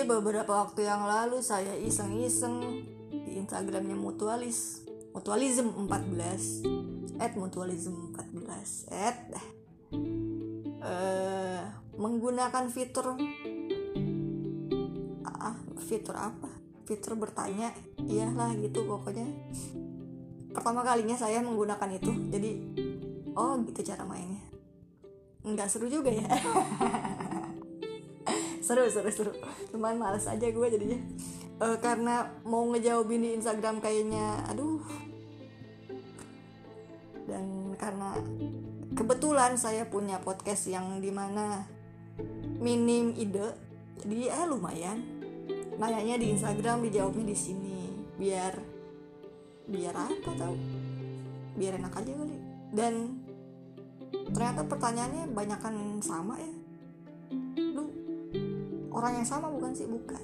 Jadi beberapa waktu yang lalu saya iseng-iseng di Instagramnya Mutualism 14 @mutualism14 menggunakan fitur apa? Fitur bertanya, iyalah gitu pokoknya. Pertama kalinya saya menggunakan itu, jadi oh gitu cara mainnya. Nggak seru juga ya. seru cuman males aja gue jadinya. Karena mau ngejawabin di Instagram kayaknya aduh. Dan karena kebetulan saya punya podcast yang dimana minim ide, jadi lumayan nanyanya di Instagram, dijawabnya di sini biar apa tahu, biar enak aja kali. Dan ternyata pertanyaannya banyakan sama ya. Lu orang yang sama bukan sih? Bukan.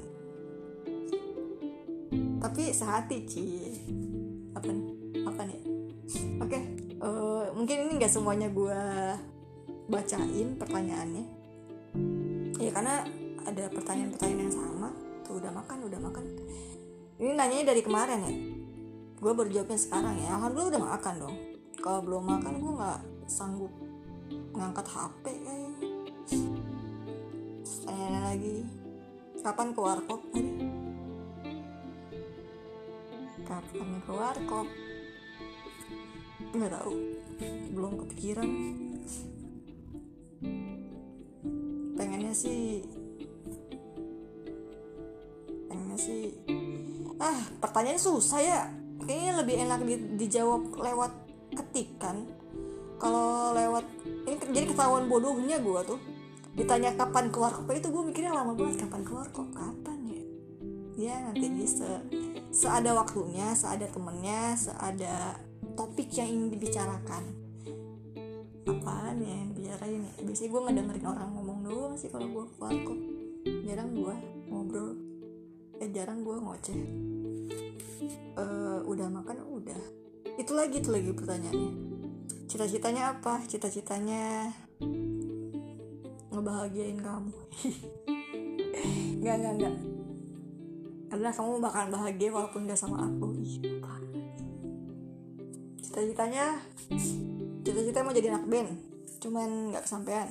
Tapi sehati apa nih? Oke, mungkin ini nggak semuanya gue bacain pertanyaannya. Ya karena ada pertanyaan-pertanyaan yang sama. Tuh udah makan. Ini nanyanya dari kemarin ya. Gue baru jawabnya sekarang ya. Alhamdulillah udah makan dong. Kalau belum makan gue nggak sanggup ngangkat HP kayaknya. Tanya lagi, kapan ke warkop? Kapan ke warkop? Nggak tahu, belum kepikiran. Pengennya sih pertanyaannya susah ya. Kayaknya lebih enak dijawab lewat ketikan. Kalau lewat ini jadi ketahuan bodohnya gue tuh. Ditanya kapan keluar kop itu gue mikirnya lama banget. Kapan keluar kop? Kapan ya? Ya nanti bisa seada waktunya, seada temennya, seada topik yang ingin dibicarakan. Apaan ya yang bicarain ya? Biasanya gue ngedengerin orang ngomong doang sih kalau gue keluar kop. Jarang gue ngobrol. Jarang gue ngoceh. Udah makan? Udah. Itu lagi pertanyaannya. Cita-citanya apa? Cita-citanya ngebahagiain kamu. Enggak. Karena kamu bakal bahagia walaupun gak sama aku. Cita-citanya mau jadi anak band, cuman gak kesampean.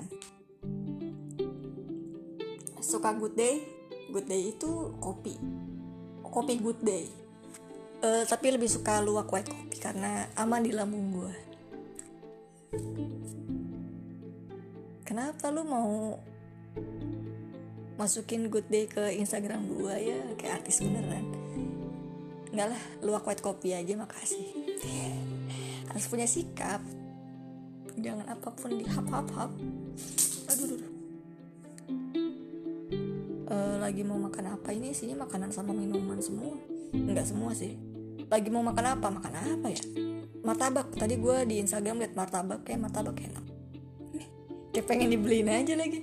Suka Good Day itu kopi Good Day. Tapi lebih suka luwak white kopi karena aman di lambung gue. Kenapa lu mau masukin Good Day ke Instagram gue ya? Kayak artis beneran. Enggak lah, luwak white kopi aja makasih. Harus punya sikap. Jangan apapun dihap-hap. Aduh. Lagi mau makan apa? Ini isinya makanan sama minuman semua. Enggak semua sih. Lagi mau makan apa ya? Martabak. Tadi gue di Instagram liat martabak enak. Kayak pengen dibeliin aja lagi.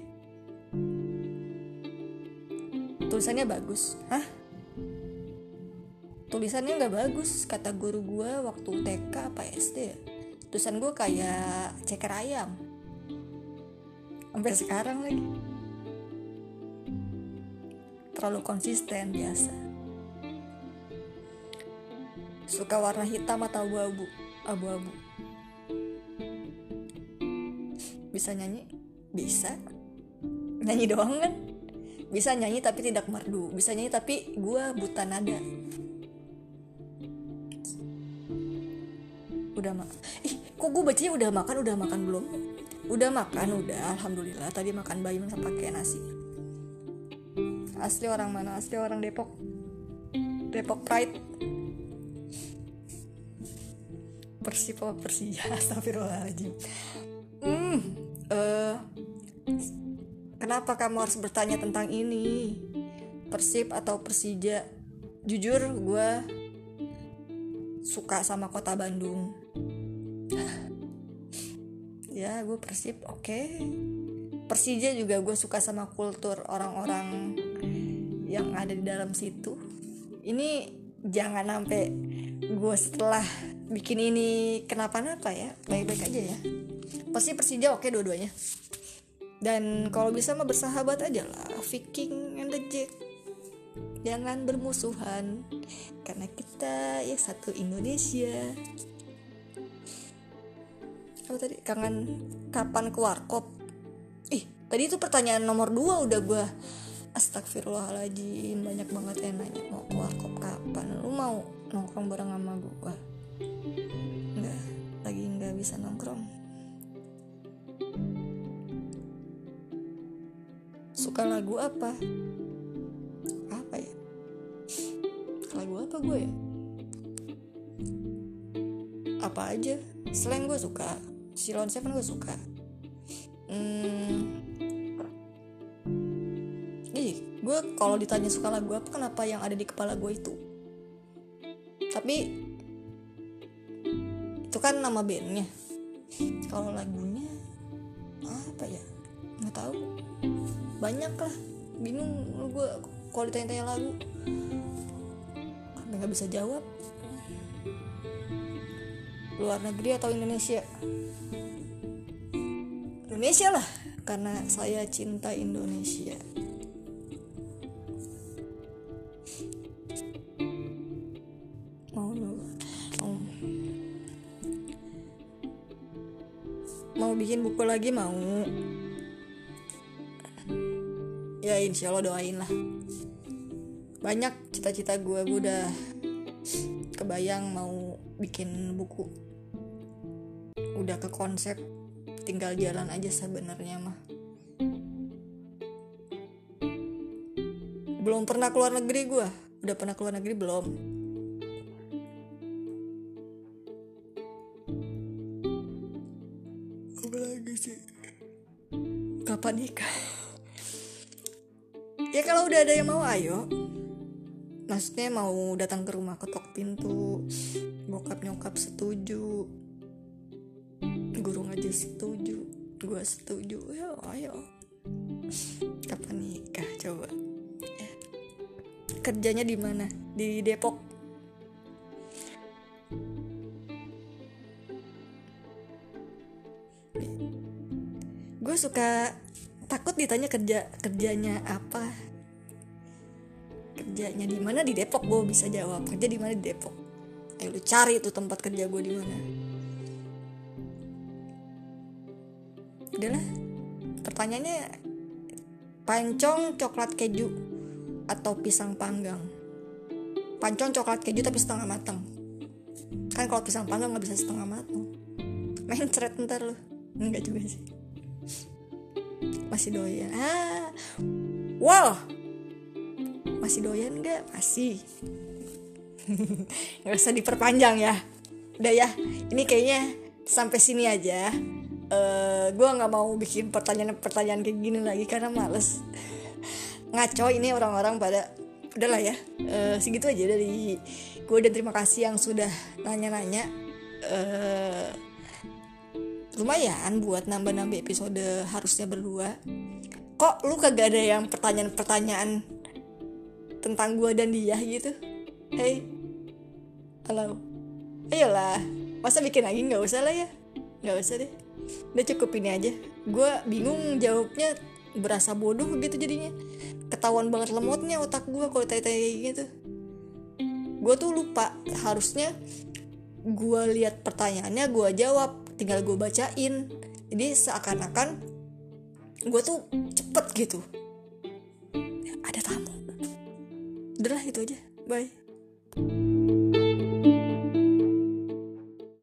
Tulisannya bagus. Tulisannya gak bagus. Kata guru gue waktu TK apa SD ya. Tulisan gue kayak ceker ayam. Sampai sekarang lagi. Terlalu konsisten biasa. Suka warna hitam atau abu-abu. Bisa nyanyi? Bisa. Nyanyi doang kan? Bisa nyanyi tapi tidak merdu. Bisa nyanyi tapi gue buta nada. Udah makan. Kok gue bacanya udah makan belum? Udah makan, udah. Alhamdulillah. Tadi makan bayam sama pakai nasi. Asli orang mana? Asli orang Depok Pride. Persib apa Persija? Astagfirullahaladzim. Kenapa kamu harus bertanya tentang ini? Persib atau Persija? Jujur gue suka sama kota Bandung. Ya gue Persib, oke. Persija juga gue suka sama kultur orang-orang yang ada di dalam situ. Ini jangan sampai gue setelah bikin ini kenapa-napa ya. Baik-baik aja ya. Pasti Persija oke dua-duanya. Dan kalau bisa mah bersahabat aja lah. Viking and the Jack. jangan bermusuhan, karena kita ya satu Indonesia. Apa tadi? Kangen kapan ke warkop? Tadi itu pertanyaan nomor 2 udah gue astagfirullahaladzim, banyak banget yang nanya mau ke warkop kapan. Lu mau nongkrong bareng sama gue? Enggak, lagi nggak bisa nongkrong. Suka lagu apa? Apa ya? Lagu apa gue ya? Apa aja? Slang gue suka, Silon Seven gue suka. Gue kalau ditanya suka lagu apa, kenapa yang ada di kepala gue itu. Tapi itu kan nama bandnya. Kalau lagunya apa ya? Nggak tahu. Banyak lah. Bingung gue kalau ditanya-tanya lagu. Sampai nggak bisa jawab. Luar negeri atau Indonesia? Indonesia lah, karena saya cinta Indonesia. Mau bikin buku lagi, mau ya insya Allah, doain lah. Banyak cita-cita gue udah kebayang mau bikin buku, udah ke konsep, tinggal jalan aja sebenarnya mah. Belum pernah keluar negeri gue. Udah pernah keluar negeri belum? Apa lagi sih? Kapan nikah? Ya kalau udah ada yang mau, ayo. Maksudnya mau datang ke rumah, ketok pintu, bokap nyokap setuju, guru ngaji setuju, gue setuju, ya ayo. Kapan nikah coba? Kerjanya di mana? Di Depok. Gue suka takut ditanya kerjanya apa. Kerjanya di mana? Di Depok. Gue bisa jawab. Kerja di mana? Di Depok. Ayo lu cari tuh tempat kerja gue di mana. Udahlah. Pertanyaannya pancong coklat keju atau pisang panggang? Pancong coklat keju tapi setengah matang. Kan kalau pisang panggang gak bisa setengah matang. Mencret ntar lu. Enggak juga sih. Masih doyan? Wow, masih doyan gak? Masih. Gak usah diperpanjang ya. Udah ya, ini kayaknya sampai sini aja. Gue gak mau bikin pertanyaan kayak gini lagi karena males. Ngaco ini orang-orang pada. Udahlah ya, segitu aja dari gue, dan terima kasih yang sudah nanya-nanya. Lumayan buat nambah-nambah episode harusnya berdua. Kok lu kagak ada yang pertanyaan-pertanyaan tentang gue dan dia gitu? Hey, halo, ayolah, masa bikin lagi? Gak usah lah ya, gak usah deh. Udah cukup ini aja. Gue bingung jawabnya, berasa bodoh gitu jadinya. Ketahuan banget lemotnya otak gue kalau tanya-tanya kayak gitu. Gue tuh lupa, harusnya gue lihat pertanyaannya gue jawab, tinggal gue bacain. Jadi seakan-akan gue tuh cepet gitu. Ada tamu. Udah lah, itu aja. Bye.